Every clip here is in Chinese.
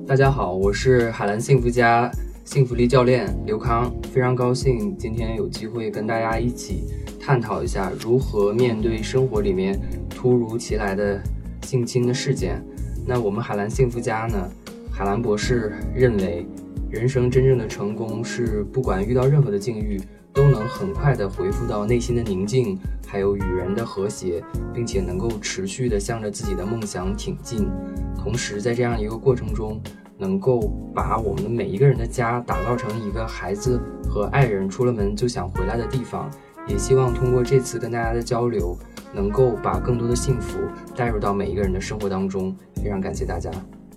大家好，我是海蓝幸福家幸福力教练刘康，非常高兴今天有机会跟大家一起探讨一下如何面对生活里面突如其来的性侵的事件。那我们海蓝幸福家呢，海蓝博士认为人生真正的成功是不管遇到任何的境遇都能很快的恢复到内心的宁静，还有与人的和谐，并且能够持续的向着自己的梦想挺进，同时在这样一个过程中能够把我们的每一个人的家打造成一个孩子和爱人出了门就想回来的地方。也希望通过这次跟大家的交流，能够把更多的幸福带入到每一个人的生活当中。非常感谢大家。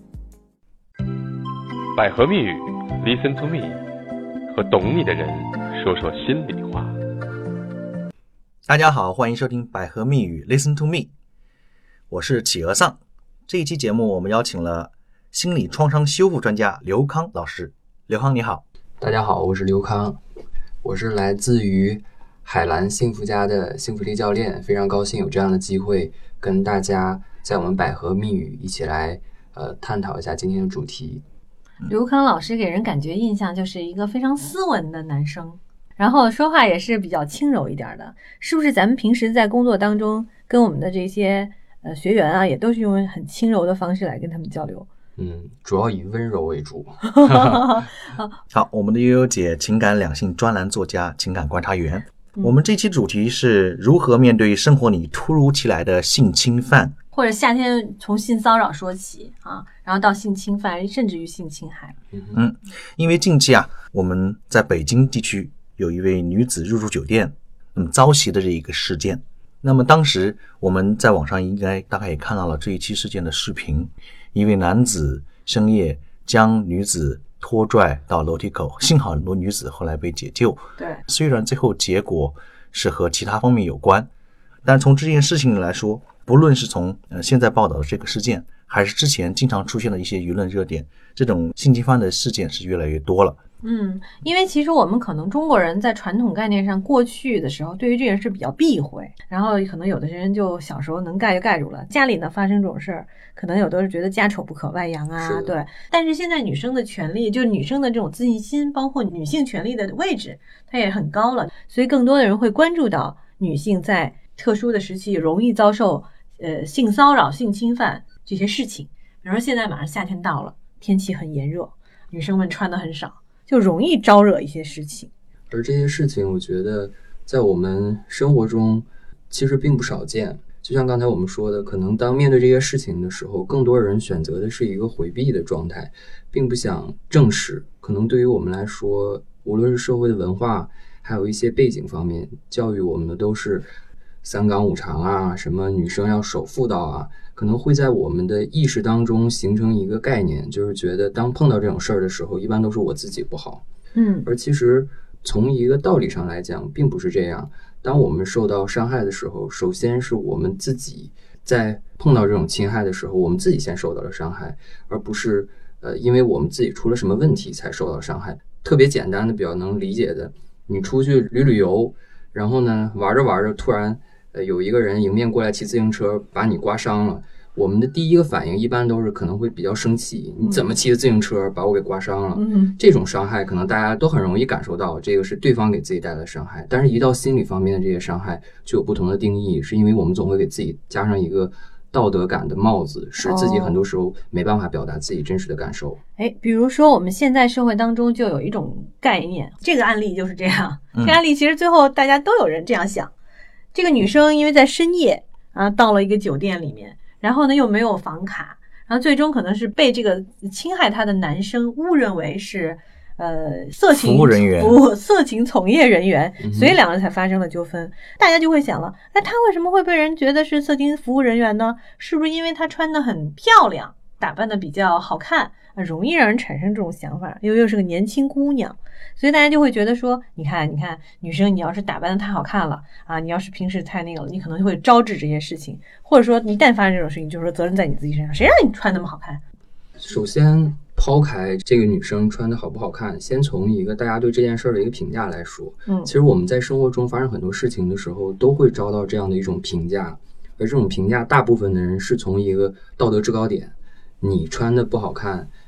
百合蜜语 Listen to me， 和懂你的人说说心里话。 大家好，欢迎收听百合蜜语 Listen to me， 我是企鹅桑。这一期节目我们邀请了心理创伤修复专家刘康老师。刘康你好。 大家好，我是刘康，我是来自于海蓝幸福家的幸福力教练，非常高兴有这样的机会跟大家在我们百合蜜语一起来探讨一下今天的主题。 刘康老师给人感觉印象就是一个非常斯文的男生，然后说话也是比较轻柔一点的，是不是咱们平时在工作当中跟我们的这些学员啊，也都是用很轻柔的方式来跟他们交流？ 主要以温柔为主。 好，我们的悠悠姐情感两性专栏作家，情感观察员。我们这期主题是如何面对生活里突如其来的性侵犯， 或者夏天从性骚扰说起啊，然后到性侵犯，甚至于性侵害。 因为近期啊，我们在北京地区有一位女子入住酒店，遭袭的这一个事件。那么当时我们在网上应该大概也看到了这一期事件的视频，一位男子深夜将女子拖拽到楼梯口，幸好女子后来被解救。 对， 虽然最后结果是和其他方面有关，但从这件事情来说，不论是从现在报道的这个事件，还是之前经常出现的一些舆论热点，这种性侵犯的事件是越来越多了。 因为其实我们可能中国人在传统概念上，过去的时候对于这件事比较避讳，然后可能有的人就小时候能盖就盖住了，家里呢发生这种事儿，可能有的人觉得家丑不可外扬啊，对。但是现在女生的权利，就是女生的这种自信心，包括女性权利的位置，它也很高了，所以更多的人会关注到女性在特殊的时期容易遭受性骚扰、性侵犯这些事情。比如说现在马上夏天到了，天气很炎热，女生们穿的很少，就容易招惹一些事情。 而这些事情我觉得在我们生活中其实并不少见，就像刚才我们说的，可能当面对这些事情的时候，更多人选择的是一个回避的状态，并不想正视。可能对于我们来说，无论是社会的文化还有一些背景方面，教育我们的都是三纲五常啊，什么女生要守妇道啊，可能会在我们的意识当中形成一个概念，就是觉得当碰到这种事儿的时候，一般都是我自己不好。而其实从一个道理上来讲并不是这样。当我们受到伤害的时候，首先是我们自己在碰到这种侵害的时候，我们自己先受到了伤害，而不是因为我们自己出了什么问题才受到伤害。特别简单的比较能理解的，你出去旅游，然后呢玩着玩着突然有一个人迎面过来骑自行车把你刮伤了，我们的第一个反应一般都是可能会比较生气，你怎么骑的自行车把我给刮伤了。这种伤害可能大家都很容易感受到，这个是对方给自己带来的伤害。但是一到心理方面的这些伤害就有不同的定义，是因为我们总会给自己加上一个道德感的帽子，使自己很多时候没办法表达自己真实的感受。 比如说我们现在社会当中就有一种概念，这个案例就是这样。这个案例其实最后大家都有人这样想，这个女生因为在深夜到了一个酒店里面，然后呢又没有房卡，然后最终可能是被这个侵害她的男生误认为是色情服务人员、 色情从业人员，所以两人才发生了纠纷。大家就会想了，那他为什么会被人觉得是色情服务人员呢？是不是因为他穿得很漂亮，打扮得比较好看，容易让人产生这种想法，又是个年轻姑娘，所以大家就会觉得说，你看女生你要是打扮得太好看了啊，你要是平时太那个了，你可能会招致这些事情，或者说一旦发生这种事情，就是说责任在你自己身上，谁让你穿那么好看？ 首先抛开这个女生穿的好不好看，先从一个大家对这件事的一个评价来说，其实我们在生活中发生很多事情的时候都会遭到这样的一种评价，而这种评价大部分的人是从一个道德制高点，你穿的不好看，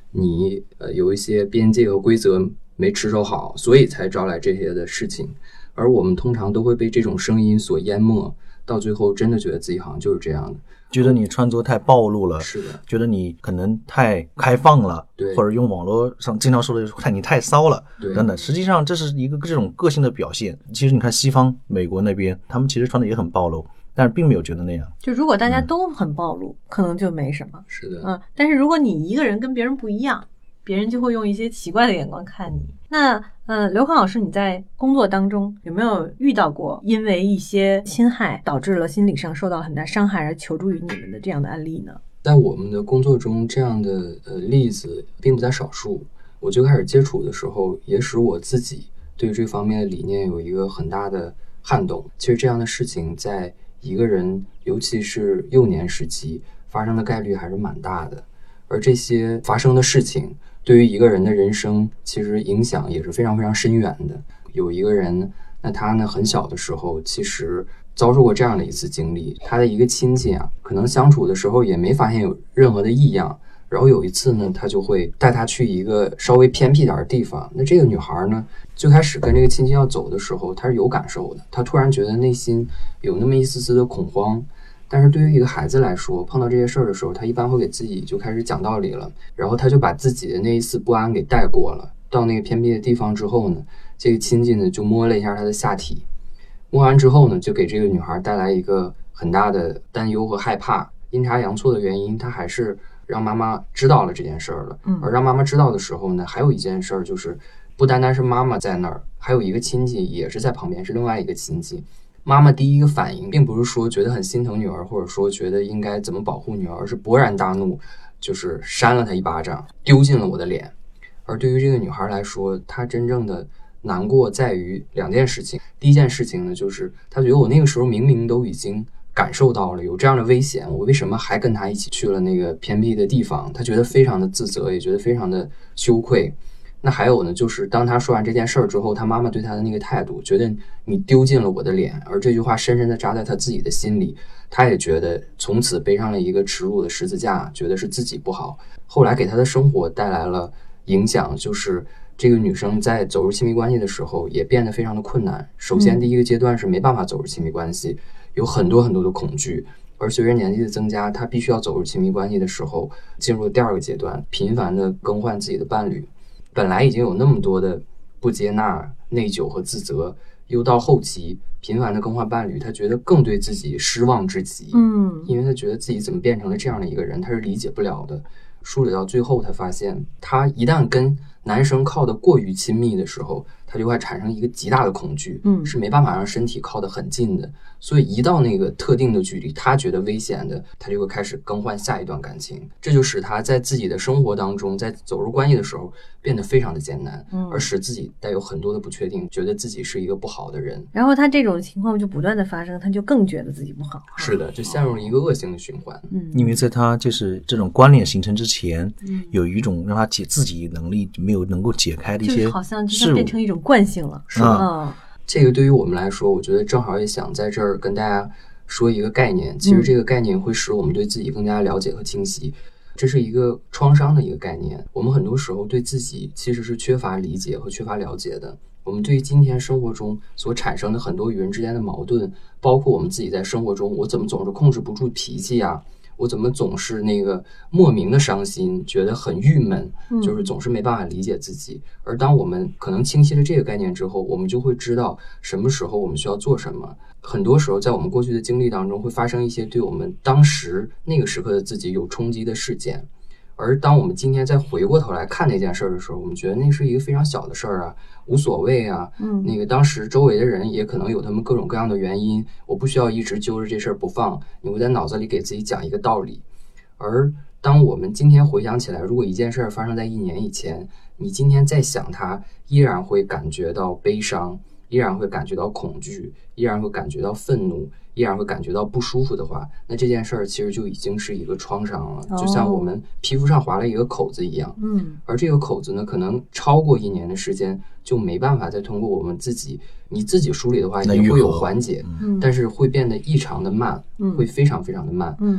你有一些边界和规则没持守好，所以才招来这些的事情。而我们通常都会被这种声音所淹没，到最后真的觉得自己好像就是这样的， 觉得你穿着太暴露了， 是的， 觉得你可能太开放了， 对， 或者用网络上经常说的你太骚了， 对， 等等。实际上这是一个这种个性的表现。其实你看西方美国那边，他们其实穿的也很暴露，但是并没有觉得那样。 就如果大家都很暴露，可能就没什么。 是的， 但是如果你一个人跟别人不一样，别人就会用一些奇怪的眼光看你。那刘康老师，你在工作当中有没有遇到过因为一些侵害导致了心理上受到很大伤害而求助于你们的这样的案例呢？ 在我们的工作中，这样的例子并不在少数。我最开始接触的时候，也使我自己对这方面的理念有一个很大的撼动。其实这样的事情在一个人，尤其是幼年时期发生的概率还是蛮大的。而这些发生的事情对于一个人的人生其实影响也是非常非常深远的。有一个人，那他呢很小的时候其实遭受过这样的一次经历，他的一个亲戚啊，可能相处的时候也没发现有任何的异样，然后有一次呢，他就会带他去一个稍微偏僻点的地方。那这个女孩呢，最开始跟这个亲戚要走的时候，她是有感受的，她突然觉得内心有那么一丝丝的恐慌。但是对于一个孩子来说，碰到这些事儿的时候，他一般会给自己就开始讲道理了，然后他就把自己的那一丝不安给带过了。到那个偏僻的地方之后呢，这个亲戚呢就摸了一下他的下体，摸完之后呢，就给这个女孩带来一个很大的担忧和害怕。阴差阳错的原因，他还是让妈妈知道了这件事儿了。而让妈妈知道的时候呢，还有一件事儿，就是不单单是妈妈在那儿，还有一个亲戚也是在旁边，是另外一个亲戚。妈妈第一个反应并不是说觉得很心疼女儿，或者说觉得应该怎么保护女儿，而是勃然大怒，就是扇了她一巴掌，丢进了我的脸。而对于这个女孩来说，她真正的难过在于两件事情。第一件事情呢，就是她觉得我那个时候明明都已经感受到了有这样的危险，我为什么还跟她一起去了那个偏僻的地方？她觉得非常的自责，也觉得非常的羞愧。那还有呢，就是当他说完这件事儿之后，他妈妈对他的那个态度，觉得你丢进了我的脸，而这句话深深地扎在他自己的心里，他也觉得从此背上了一个耻辱的十字架，觉得是自己不好。后来给他的生活带来了影响，就是这个女生在走入亲密关系的时候也变得非常的困难。首先第一个阶段是没办法走入亲密关系，有很多很多的恐惧，而随着年纪的增加，她必须要走入亲密关系的时候，进入第二个阶段，频繁的更换自己的伴侣。本来已经有那么多的不接纳、内疚和自责，又到后期频繁的更换伴侣，他觉得更对自己失望至极。因为他觉得自己怎么变成了这样的一个人，他是理解不了的。梳理到最后，他发现他一旦跟男生靠得过于亲密的时候，他就会产生一个极大的恐惧，是没办法让身体靠得很近的。所以一到那个特定的距离，他觉得危险的，他就会开始更换下一段感情。这就使他在自己的生活当中，在走入关系的时候变得非常的艰难，而使自己带有很多的不确定，觉得自己是一个不好的人。 然后他这种情况就不断的发生，他就更觉得自己不好。 是的，就陷入了一个恶性的循环。 因为在他就是这种关联形成之前，有一种让他自己能力没有能够解开的一些事物， 就是好像就像变成一种惯性了。 是的。这个对于我们来说，我觉得正好也想在这儿跟大家说一个概念。其实这个概念会使我们对自己更加了解和清晰。这是一个创伤的一个概念。我们很多时候对自己其实是缺乏理解和缺乏了解的。我们对于今天生活中所产生的很多与人之间的矛盾，包括我们自己在生活中，我怎么总是控制不住脾气啊，我怎么总是那个莫名的伤心，觉得很郁闷，就是总是没办法理解自己。而当我们可能清晰了这个概念之后，我们就会知道什么时候我们需要做什么。很多时候在我们过去的经历当中会发生一些对我们当时那个时刻的自己有冲击的事件，而当我们今天再回过头来看那件事的时候，我们觉得那是一个非常小的事儿啊，无所谓啊。那个当时周围的人也可能有他们各种各样的原因，我不需要一直揪着这事儿不放，你会在脑子里给自己讲一个道理。而当我们今天回想起来，如果一件事儿发生在1年以前，你今天再想它，依然会感觉到悲伤，依然会感觉到恐惧，依然会感觉到愤怒，依然会感觉到不舒服的话，那这件事儿其实就已经是一个创伤了，就像我们皮肤上划了一个口子一样。而这个口子呢，可能超过1年的时间就没办法再通过我们你自己梳理的话也会有缓解，但是会变得异常的慢，会非常非常的慢。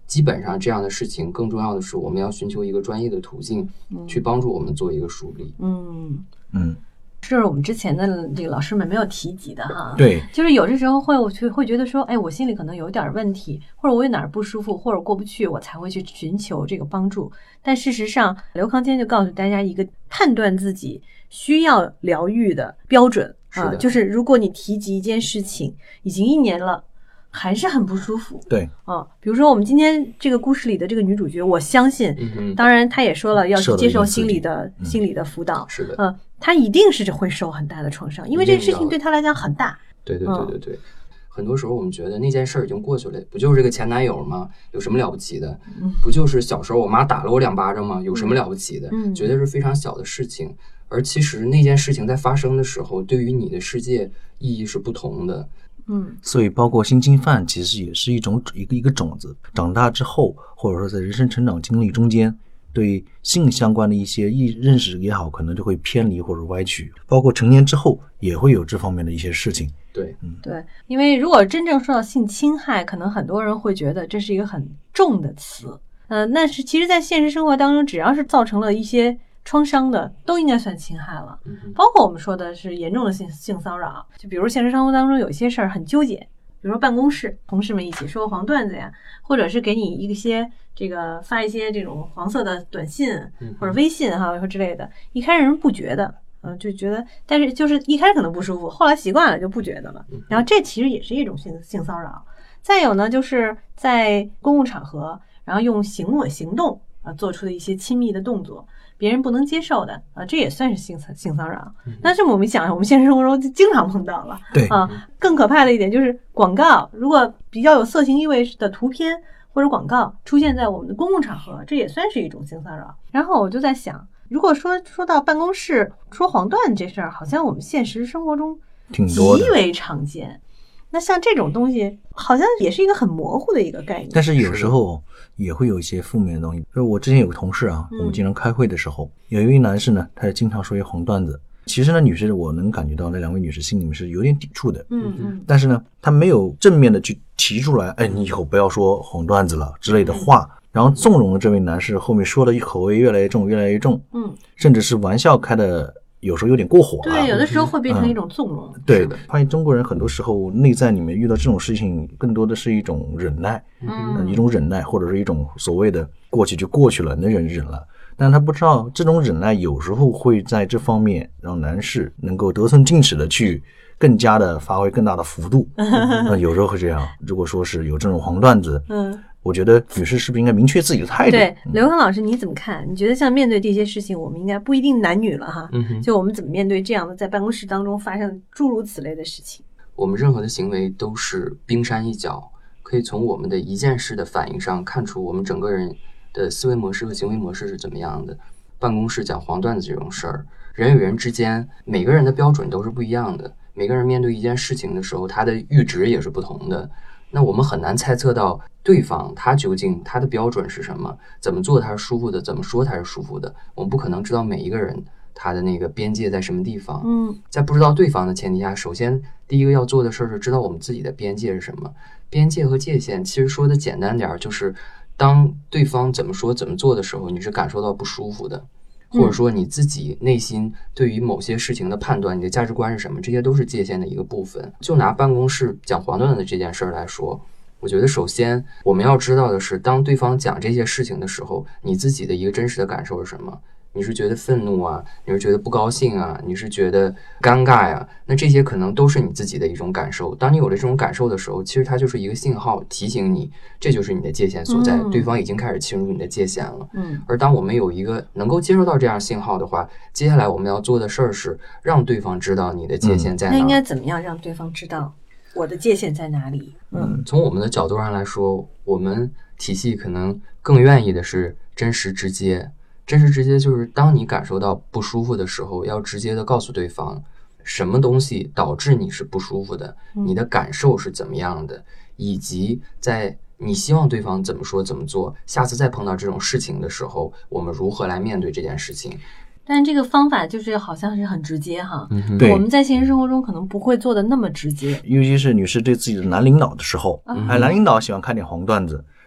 基本上这样的事情，更重要的是我们要寻求一个专业的途径，去帮助我们做一个梳理。 是我们之前的这个老师们没有提及的哈。 对， 就是有的时候会觉得说，哎，我心里可能有点问题，或者我有哪儿不舒服，或者过不去，我才会去寻求这个帮助。但事实上，刘康今天就告诉大家一个判断自己需要疗愈的标准啊，就是如果你提及一件事情已经1年了，还是很不舒服。 对啊，比如说我们今天这个故事里的这个女主角，我相信，当然她也说了要去接受心理的辅导， 是的， 她一定是会受很大的创伤，因为这个事情对她来讲很大。 对，很多时候我们觉得那件事儿已经过去了，不就是这个前男友吗？有什么了不起的？不就是小时候我妈打了我2巴掌吗？有什么了不起的？觉得是非常小的事情，而其实那件事情在发生的时候，对于你的世界意义是不同的。 所以包括性侵犯其实也是一个种子，长大之后或者说在人生成长经历中间，对性相关的一些认识也好，可能就会偏离或者歪曲，包括成年之后也会有这方面的一些事情。 对， 对，因为如果真正说到性侵害，可能很多人会觉得这是一个很重的词，但是其实在现实生活当中，只要是造成了一些创伤的，都应该算侵害了。包括我们说的是严重的性骚扰，就比如现实生活当中有些事儿很纠结，比如说办公室同事们一起说黄段子呀，或者是给你一些这个发一些这种黄色的短信或者微信哈之类的，一开始人不觉得，就觉得，但是就是一开始可能不舒服，后来习惯了就不觉得了。然后这其实也是一种性骚扰。再有呢，就是在公共场合，然后用行动做出的一些亲密的动作，别人不能接受的这也算是性骚扰。但是我们想，我们现实生活中就经常碰到了。 对更可怕的一点就是广告，如果比较有色情意味的图片或者广告出现在我们的公共场合，这也算是一种性骚扰。然后我就在想，如果说到办公室说黄段这事儿，好像我们现实生活中挺多的， 极为常见。那像这种东西好像也是一个很模糊的一个概念， 但是有时候也会有一些负面的东西。就是我之前有个同事啊，我们经常开会的时候，有一位男士呢，他也经常说一些黄段子。其实呢，女士我能感觉到那2位女士心里面是有点抵触的，但是呢，她没有正面的去提出来，哎，你以后不要说黄段子了之类的话，然后纵容了这位男士后面说的口味越来越重，甚至是玩笑开的有时候有点过火了。 对，有的时候会变成一种纵容。 对的，发现中国人很多时候内在里面遇到这种事情，更多的是一种忍耐，一种忍耐，或者是一种所谓的过去就过去了，能忍了。但他不知道这种忍耐有时候会在这方面让男士能够得寸进尺的去更加的发挥更大的幅度。有时候会这样。如果说是有这种黄段子，我觉得女士是不是应该明确自己的态度？ 对，刘康老师你怎么看？你觉得像面对这些事情，我们应该不一定男女了哈，就我们怎么面对这样的在办公室当中发生诸如此类的事情？ 我们任何的行为都是冰山一角，可以从我们的一件事的反应上看出我们整个人的思维模式和行为模式是怎么样的。办公室讲黄段子这种事儿，人与人之间每个人的标准都是不一样的，每个人面对一件事情的时候，他的阈值也是不同的。那我们很难猜测到对方他究竟他的标准是什么，怎么做他是舒服的，怎么说他是舒服的。我们不可能知道每一个人他的那个边界在什么地方。在不知道对方的前提下，首先第一个要做的事是知道我们自己的边界是什么。边界和界限其实说的简单点，就是当对方怎么说怎么做的时候，你是感受到不舒服的，或者说你自己内心对于某些事情的判断，你的价值观是什么，这些都是界限的一个部分。就拿办公室讲黄段子这件事来说，我觉得首先我们要知道的是，当对方讲这些事情的时候，你自己的一个真实的感受是什么。你是觉得愤怒啊，你是觉得不高兴啊，你是觉得尴尬呀，那这些可能都是你自己的一种感受。当你有了这种感受的时候，其实它就是一个信号，提醒你这就是你的界限所在，对方已经开始侵入你的界限了。而当我们有一个能够接收到这样信号的话，接下来我们要做的事儿是让对方知道你的界限在哪。 那应该怎么样让对方知道我的界限在哪里？ 从我们的角度上来说，我们体系可能更愿意的是真实直接。真实直接就是当你感受到不舒服的时候，要直接的告诉对方什么东西导致你是不舒服的，你的感受是怎么样的，以及在你希望对方怎么说怎么做，下次再碰到这种事情的时候，我们如何来面对这件事情。 但这个方法就是好像是很直接哈， 对， 我们在现实生活中可能不会做的那么直接， 尤其是女士对自己的男领导的时候，男领导喜欢看点黄段子，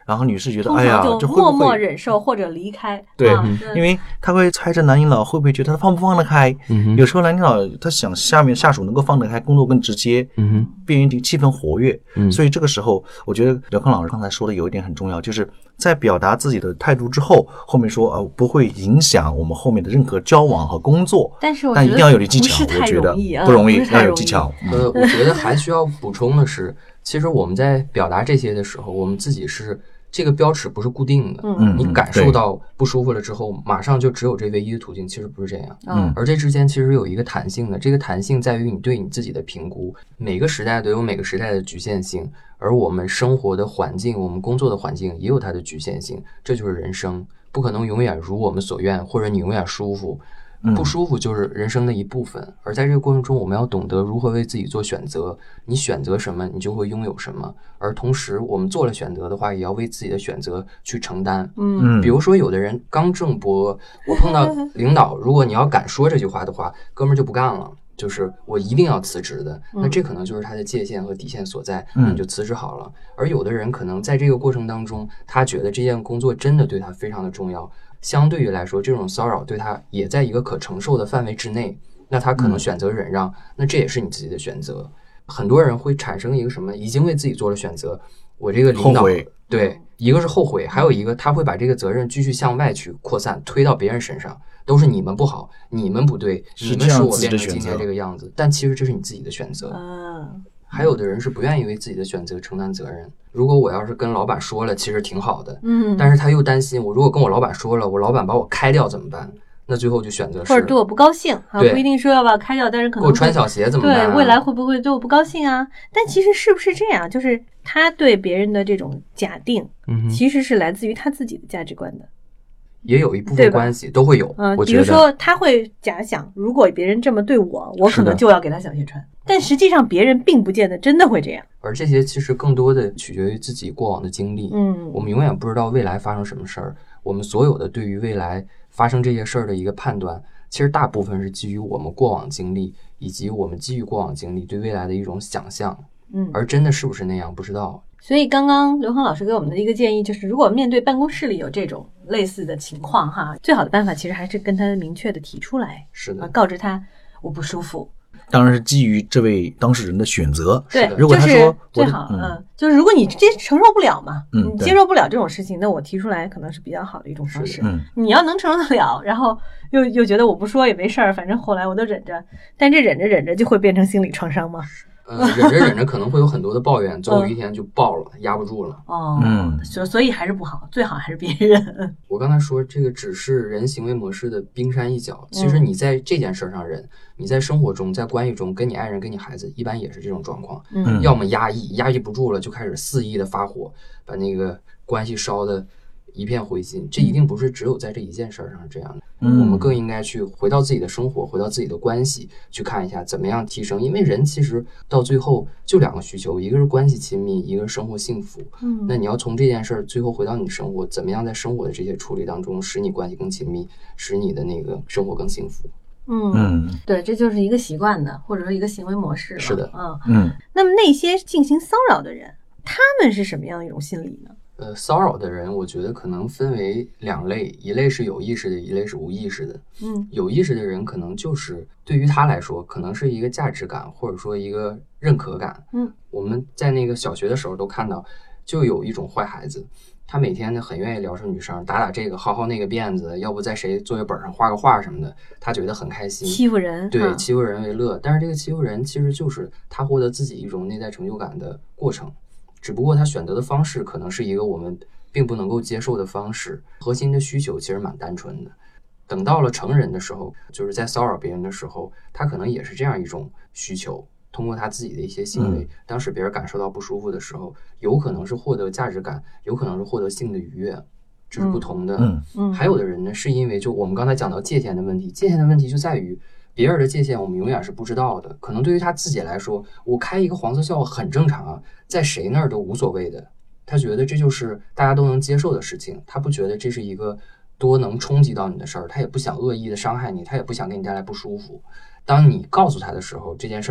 然后女士觉得通哎呀常就这会不会默默忍受或者离开。 对啊因为他会猜着男领导会不会觉得他放不放得开，有时候男领导他想下属能够放得开，工作更直接，便于气氛活跃，所以这个时候我觉得刘康老师刚才说的有一点很重要，就是在表达自己的态度之后，后面说不会影响我们后面的任何交往和工作， 但是我但一定要有点技巧， 不是太我觉得容易不容易， 不是太容易要有技巧。 我觉得还需要补充的是，其实我们在表达这些的时候，我们自己是这个标尺不是固定的。你感受到不舒服了之后，马上就只有这唯一的途径，其实不是这样。而这之间其实有一个弹性的，这个弹性在于你对你自己的评估。每个时代都有每个时代的局限性，而我们生活的环境，我们工作的环境也有它的局限性，这就是人生，不可能永远如我们所愿，或者你永远舒服。不舒服就是人生的一部分，而在这个过程中，我们要懂得如何为自己做选择。你选择什么，你就会拥有什么。而同时，我们做了选择的话，也要为自己的选择去承担。比如说，有的人刚正不阿，我碰到领导，如果你要敢说这句话的话，哥们儿就不干了。就是我一定要辞职的，那这可能就是他的界限和底线所在，那你就辞职好了。而有的人可能在这个过程当中，他觉得这件工作真的对他非常的重要，相对于来说，这种骚扰对他也在一个可承受的范围之内，那他可能选择忍让，那这也是你自己的选择。很多人会产生一个什么，已经为自己做了选择，我这个领导，对，一个是后悔，还有一个他会把这个责任继续向外去扩散，推到别人身上，都是你们不好，你们不对，你们使我变成今天这个样子，但其实这是你自己的选择。还有的人是不愿意为自己的选择承担责任。如果我要是跟老板说了，其实挺好的，但是他又担心我如果跟我老板说了，我老板把我开掉怎么办？那最后就选择是或者对我不高兴啊，不一定说要把我开掉，但是可能给我穿小鞋怎么办？ 对，未来会不会对我不高兴啊？但其实是不是这样？就是他对别人的这种假定，其实是来自于他自己的价值观的。 也有一部分关系都会有，我觉得， 比如说他会假想，如果别人这么对我，我可能就要给他小鞋穿，但实际上别人并不见得真的会这样。 而这些其实更多的取决于自己过往的经历，我们永远不知道未来发生什么事儿。我们所有的对于未来发生这些事儿的一个判断，其实大部分是基于我们过往经历，以及我们基于过往经历对未来的一种想象。而真的是不是那样，不知道。 所以刚刚刘航老师给我们的一个建议就是，如果面对办公室里有这种类似的情况哈，最好的办法其实还是跟他明确的提出来， 是的， 告知他我不舒服。 当然是基于这位当事人的选择。 对， 如果他说、 就是、最好，就是如果你承受不了嘛，你接受不了这种事情，那我提出来可能是比较好的一种方式。你要能承受得了，然后又觉得我不说也没事儿，反正后来我都忍着，但这忍着忍着就会变成心理创伤吗？ 忍着忍着可能会有很多的抱怨，总有一天就爆了，压不住了。 所以还是不好，最好还是别忍。 我刚才说这个只是人行为模式的冰山一角，其实你在这件事上忍，你在生活中，在关系中，跟你爱人、跟你孩子，一般也是这种状况。要么压抑不住了，就开始肆意的发火，把那个关系烧的一片灰烬。这一定不是只有在这一件事上是这样的。我们更应该去回到自己的生活，回到自己的关系，去看一下怎么样提升。因为人其实到最后就两个需求，一个是关系亲密，一个是生活幸福。那你要从这件事儿最后回到你生活，怎么样在生活的这些处理当中，使你关系更亲密，使你的那个生活更幸福。 对，这就是一个习惯的，或者说一个行为模式了。 是的， 那么那些进行骚扰的人，他们是什么样的一种心理呢？ 骚扰的人，我觉得可能分为两类，一类是有意识的，一类是无意识的。有意识的人可能就是对于他来说，可能是一个价值感，或者说一个认可感。我们在那个小学的时候都看到，就有一种坏孩子，他每天呢很愿意撩着女生，打这个，薅那个辫子，要不在谁作业本上画个画什么的，他觉得很开心， 欺负人， 对，欺负人为乐。但是这个欺负人其实就是他获得自己一种内在成就感的过程。只不过他选择的方式可能是一个我们并不能够接受的方式，核心的需求其实蛮单纯的。等到了成人的时候，就是在骚扰别人的时候，他可能也是这样一种需求，通过他自己的一些行为，当时别人感受到不舒服的时候，有可能是获得价值感，有可能是获得性的愉悦，这是不同的。还有的人呢，是因为就我们刚才讲到界限的问题，界限的问题就在于别人的界限我们永远是不知道的，可能对于他自己来说，我开一个黄色笑话很正常啊，在谁那儿都无所谓的，他觉得这就是大家都能接受的事情，他不觉得这是一个多能冲击到你的事儿，他也不想恶意的伤害你，他也不想给你带来不舒服。当你告诉他的时候，这件事儿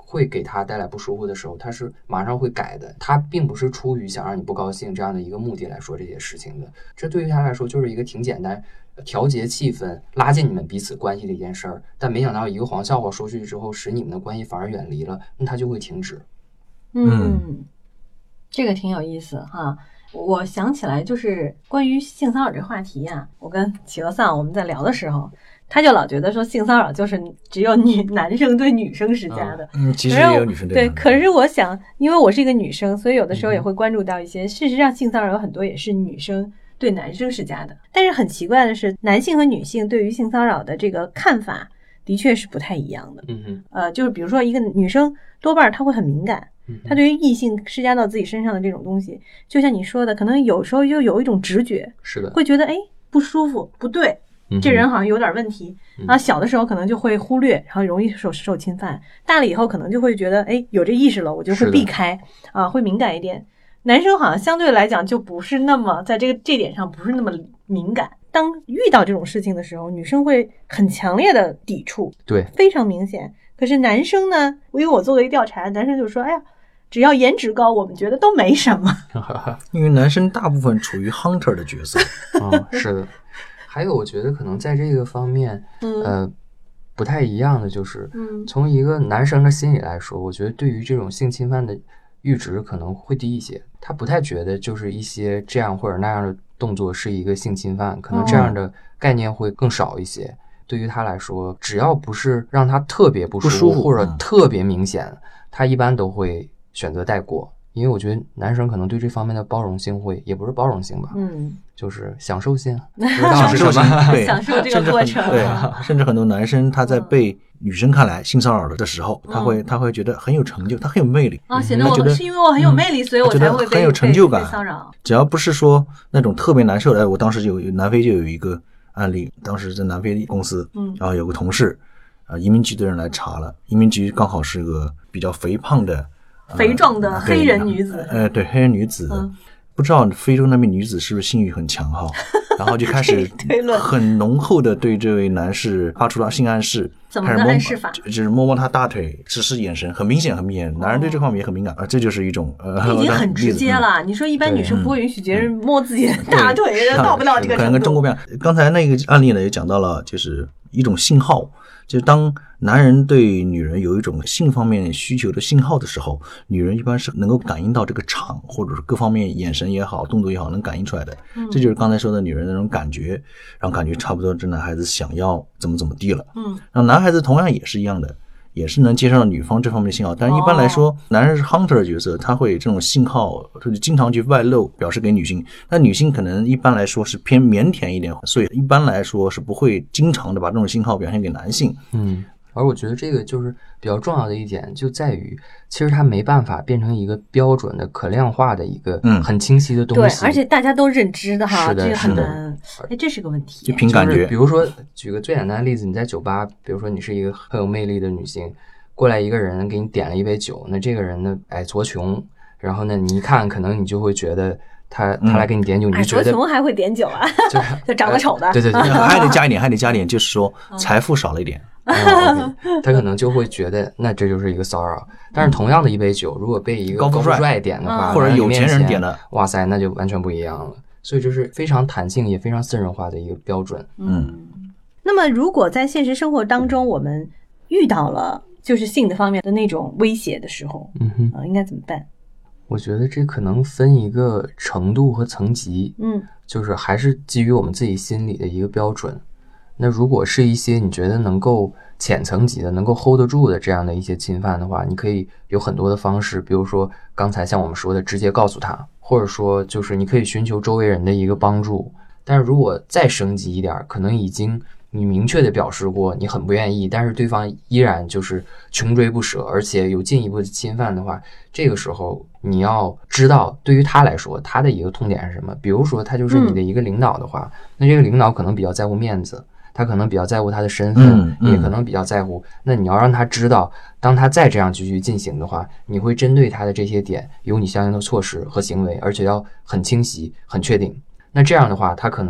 会给他带来不舒服的时候，他是马上会改的，他并不是出于想让你不高兴这样的一个目的来说这些事情的。这对于他来说就是一个挺简单调节气氛拉近你们彼此关系的一件事儿，但没想到一个黄笑话说出去之后使你们的关系反而远离了，那他就会停止。 这个挺有意思哈。我想起来就是关于性骚扰这个话题啊，我跟企鹅桑我们在聊的时候，他就老觉得说性骚扰就是只有男生对女生施加的。 其实也有女生对。可是我想，因为我是一个女生，所以有的时候也会关注到一些，事实上性骚扰有很多也是女生对男生施加的。但是很奇怪的是，男性和女性对于性骚扰的这个看法的确是不太一样的。就是比如说一个女生多半她会很敏感，她对于异性施加到自己身上的这种东西，就像你说的，可能有时候就有一种直觉， 是的， 会觉得不舒服，不对，这人好像有点问题。然后小的时候可能就会忽略，然后容易受侵犯。大了以后可能就会觉得有这意识了，我就会避开啊，会敏感一点。男生好像相对来讲就不是那么在这点上不是那么敏感。当遇到这种事情的时候，女生会很强烈的抵触， 对， 非常明显。可是男生呢，因为我做过一个调查，男生就说只要颜值高，我们觉得都没什么。 因为男生大部分处于 hunter 的角色。 是的。还有我觉得可能在这个方面不太一样的就是从一个男生的心理来说，我觉得对于这种性侵犯的阈值可能会低一些，他不太觉得就是一些这样或者那样的动作是一个性侵犯，可能这样的概念会更少一些。对于他来说，只要不是让他特别不舒服或者特别明显，他一般都会选择带过。因为我觉得男生可能对这方面的包容性也不是包容性吧，就是享受性， 享受性，对， 享受这个过程。 对，甚至很多男生他在被女生看来性骚扰的时候，他会觉得很有成就，他很有魅力啊，显得我是因为我很有魅力，所以我才会很有成就感。 被骚扰。 只要不是说那种特别难受的，我当时南非就有一个案例，当时在南非公司，然后有个同事，移民局的人来查了，移民局刚好是个比较肥胖的。 肥壮的黑人女子， 对，黑人女子，不知道非洲那边女子是不是性欲很强哈，然后就开始很浓厚的对这位男士发出了性暗示。 怎么个暗示法？ 就是摸摸他大腿，直视眼神，很明显，很明显。男人对这方面也很敏感这就是一种已经很直接了。你说一般女生不会允许别人摸自己的大腿，到不了这个程度。 可能跟中国不一样。刚才那个案例呢也讲到了，就是一种信号。就是当男人对女人有一种性方面需求的信号的时候，女人一般是能够感应到这个场，或者是各方面眼神也好，动作也好，能感应出来的。这就是刚才说的女人那种感觉，然后感觉差不多这男孩子想要怎么地了。然后男孩子同样也是一样的，也是能接受到女方这方面的信号，但是一般来说，男人是 hunter 的角色，他会这种信号就经常去外露，表示给女性。但女性可能一般来说是偏腼腆一点，所以一般来说是不会经常的把这种信号表现给男性。 而我觉得这个就是比较重要的一点，就在于其实它没办法变成一个标准的可量化的一个很清晰的东西。 对，而且大家都认知的哈，这个很难。这是个问题。 就凭感觉。 比如说举个最简单的例子，你在酒吧，比如说你是一个很有魅力的女性，过来一个人给你点了一杯酒，那这个人呢，矬穷，然后呢，你一看可能你就会觉得他来给你点酒，你就觉得矬穷还会点酒啊？就长得丑的。 对，还得加一点，就是说财富少了一点。 他可能就会觉得那这就是一个骚扰。但是同样的一杯酒，如果被一个高富帅点的话， 或者有钱人点的， 哇塞，那就完全不一样了。所以这是非常弹性也非常私人化的一个标准。 那么如果在现实生活当中我们遇到了就是性的方面的那种威胁的时候，应该怎么办？ 我觉得这可能分一个程度和层级，就是还是基于我们自己心里的一个标准。那如果是一些你觉得能够浅层级的能够 hold 得住的这样的一些侵犯的话，你可以有很多的方式，比如说刚才像我们说的直接告诉他，或者说就是你可以寻求周围人的一个帮助。但是如果再升级一点，可能已经你明确的表示过你很不愿意，但是对方依然就是穷追不舍，而且有进一步的侵犯的话，这个时候你要知道对于他来说他的一个痛点是什么。比如说他就是你的一个领导的话，那这个领导可能比较在乎面子，他可能比较在乎他的身份，也可能比较在乎，那你要让他知道，当他再这样继续进行的话，你会针对他的这些点有你相应的措施和行为，而且要很清晰很确定。那这样的话他可能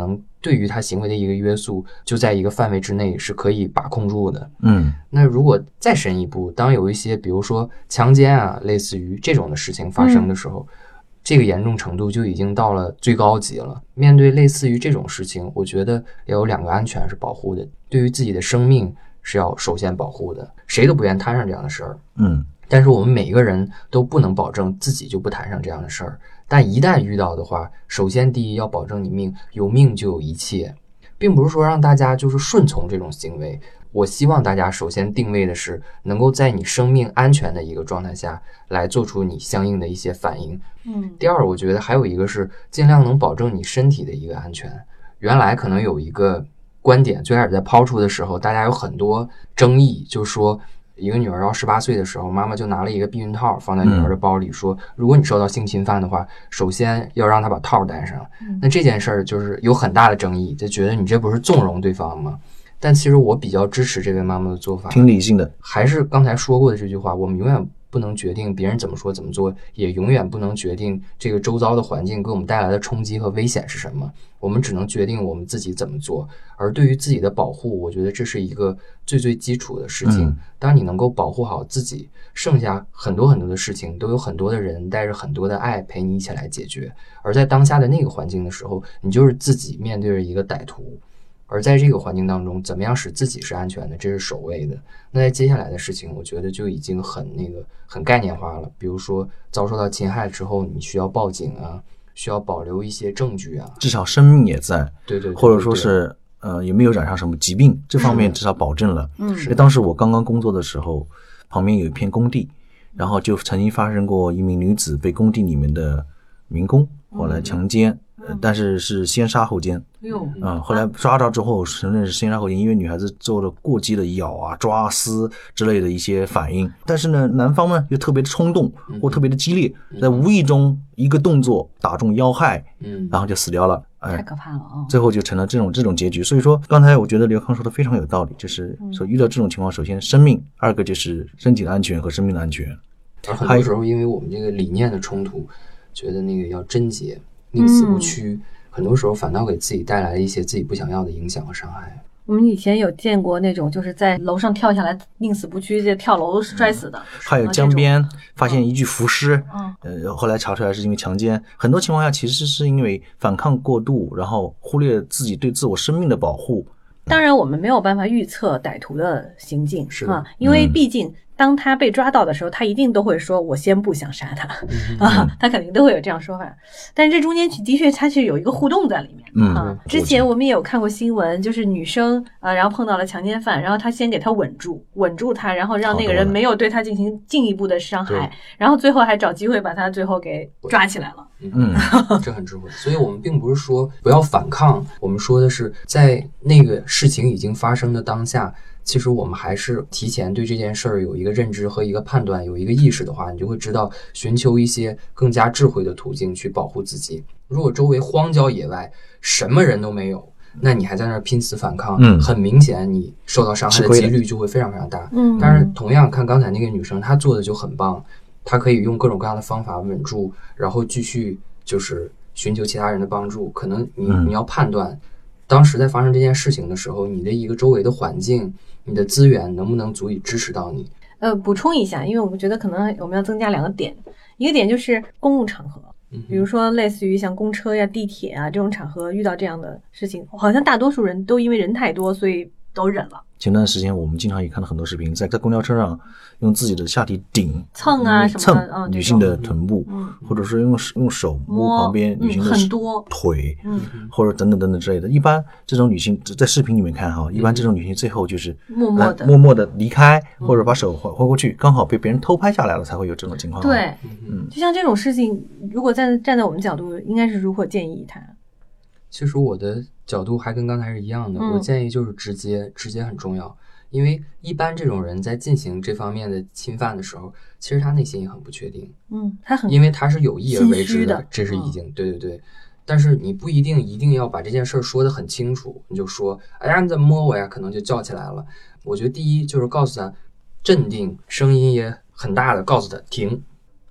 对于他行为的一个约束就在一个范围之内是可以把控住的。那如果再深一步，当有一些比如说强奸啊，类似于这种的事情发生的时候，这个严重程度就已经到了最高级了。面对类似于这种事情，我觉得要有2个安全是保护的，对于自己的生命是要首先保护的，谁都不愿摊上这样的事儿。但是我们每一个人都不能保证自己就不摊上这样的事儿，但一旦遇到的话，首先第一要保证你命，有命就有一切，并不是说让大家就是顺从这种行为。我希望大家首先定位的是能够在你生命安全的一个状态下来做出你相应的一些反应。第二，我觉得还有一个是尽量能保证你身体的一个安全。原来可能有一个观点，最开始在抛出的时候，大家有很多争议，就是说一个女儿到18岁的时候，妈妈就拿了一个避孕套放在女儿的包里，说如果你受到性侵犯的话，首先要让她把套戴上。那这件事儿就是有很大的争议，就觉得你这不是纵容对方吗？但其实我比较支持这位妈妈的做法， 挺理性的。 还是刚才说过的这句话，我们永远不能决定别人怎么说怎么做，也永远不能决定这个周遭的环境给我们带来的冲击和危险是什么，我们只能决定我们自己怎么做。而对于自己的保护，我觉得这是一个最最基础的事情。当你能够保护好自己，剩下很多很多的事情都有很多的人带着很多的爱陪你一起来解决。而在当下的那个环境的时候，你就是自己面对着一个歹徒，而在这个环境当中，怎么样使自己是安全的，这是首位的。那在接下来的事情，我觉得就已经很概念化了。比如说遭受到侵害之后，你需要报警啊，需要保留一些证据啊， 至少生命也在， 对， 或者说是有没有染上什么疾病，这方面至少保证了。因为当时我刚刚工作的时候，旁边有一片工地，然后就曾经发生过一名女子被工地里面的民工后来强奸。但是是先杀后奸，后来抓到之后承认是先杀后奸，因为女孩子做了过激的咬啊、抓撕之类的一些反应。但是呢，男方呢又特别的冲动或特别的激烈，在无意中一个动作打中要害，然后就死掉了。 太可怕了啊！ 最后就成了这种结局。所以说，刚才我觉得刘康说的非常有道理，就是说遇到这种情况，首先生命，二个就是身体的安全和生命的安全。 而很多时候，因为我们这个理念的冲突，觉得那个要贞洁。宁死不屈，很多时候反倒给自己带来了一些自己不想要的影响和伤害。 我们以前有见过那种就是在楼上跳下来宁死不屈，这跳楼摔死的， 还有江边发现一具浮尸，后来查出来是因为强奸。很多情况下其实是因为反抗过度，然后忽略自己对自我生命的保护。 当然我们没有办法预测歹徒的行径， 是因为毕竟当他被抓到的时候，他一定都会说我先不想杀他他肯定都会有这样说法。但是这中间的确他是有一个互动在里面。之前我们也有看过新闻，就是女生然后碰到了强奸犯，然后他先给他稳住他，然后让那个人没有对他进行进一步的伤害，然后最后还找机会把他最后给抓起来了。 这很智慧。所以我们并不是说不要反抗，我们说的是在那个事情已经发生的当下，其实我们还是提前对这件事儿有一个认知和一个判断，有一个意识的话，你就会知道寻求一些更加智慧的途径去保护自己。如果周围荒郊野外什么人都没有，那你还在那儿拼死反抗，很明显你受到伤害的几率就会非常非常大。但是同样看刚才那个女生，她做的就很棒，她可以用各种各样的方法稳住，然后继续就是寻求其他人的帮助。可能你要判断当时在发生这件事情的时候，你的一个周围的环境，你的资源能不能足以支持到你。 补充一下，因为我们觉得可能我们要增加2个点，一个点就是公共场合，比如说类似于像公车呀、地铁啊这种场合遇到这样的事情，好像大多数人都因为人太多所以都忍了。 前段时间我们经常也看到很多视频，在公交车上用自己的下体顶蹭啊什么的， 女性的臀部，或者说用手摸旁边女性的很多腿，或者等等等等之类的。一般这种女性在视频里面看哈，一般这种女性最后就是默默的离开，或者把手挥过去，刚好被别人偷拍下来了，才会有这种情况。 对，就像这种事情，如果站在我们角度，应该是如何建议他？ 其实我的角度还跟刚才是一样的，我建议就是直接很重要。因为一般这种人在进行这方面的侵犯的时候，其实他内心也很不确定，因为他是有意而为之的，这是已经对。但是你不一定要把这件事说得很清楚，你就说哎呀你怎么摸我呀，可能就叫起来了。我觉得第一就是告诉他镇定，声音也很大的告诉他停，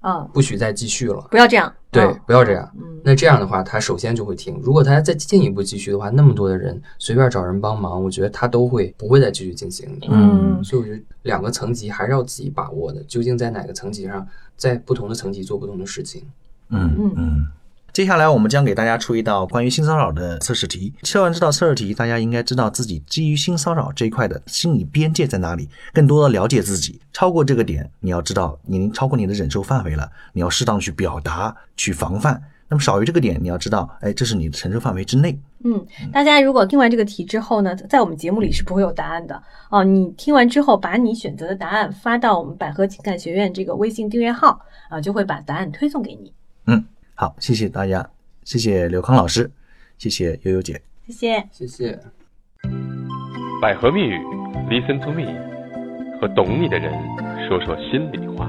不许再继续了， 不要这样， 对，不要这样。那这样的话，他首先就会停。如果他再进一步继续的话，那么多的人随便找人帮忙，我觉得他都不会再继续进行的。所以我觉得2个层级还是要自己把握的，究竟在哪个层级上，在不同的层级做不同的事情。 接下来我们将给大家出一道关于性骚扰的测试题。测完这道测试题，大家应该知道自己基于性骚扰这一块的心理边界在哪里，更多的了解自己。超过这个点，你要知道你已经超过你的忍受范围了，你要适当去表达，去防范。那么少于这个点，你要知道，这是你的承受范围之内。 大家如果听完这个题之后呢，在我们节目里是不会有答案的哦。你听完之后，把你选择的答案发到我们百合情感学院这个微信订阅号就会把答案推送给你。 好，谢谢大家，谢谢刘康老师，谢谢悠悠姐， 谢谢。 百合蜜语 Listen to me， 和懂你的人说说心里话。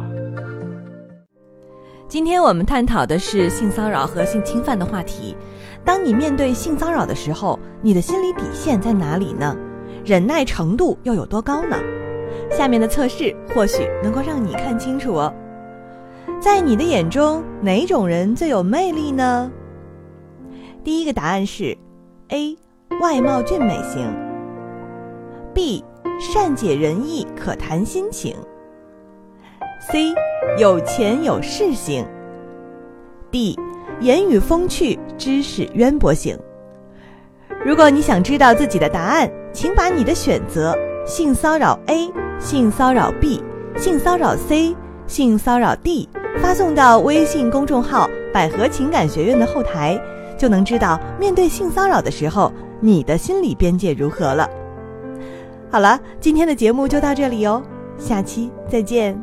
今天我们探讨的是性骚扰和性侵犯的话题。当你面对性骚扰的时候，你的心理底线在哪里呢？忍耐程度又有多高呢？下面的测试或许能够让你看清楚哦。在你的眼中，哪种人最有魅力呢？第一个答案是 A 外貌俊美型， B 善解人意可谈心情， C 有钱有势型， D 言语风趣知识渊博型。如果你想知道自己的答案，请把你的选择性骚扰 A、性骚扰 B、性骚扰 C、性骚扰 D 发送到微信公众号百合情感学院的后台，就能知道面对性骚扰的时候你的心理边界如何了。好了，今天的节目就到这里哦，下期再见。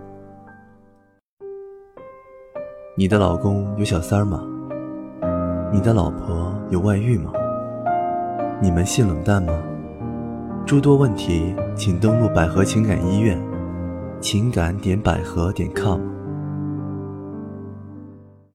你的老公有小三儿吗？你的老婆有外遇吗？你们性冷淡吗？诸多问题请登录百合情感医院情感.百合.com。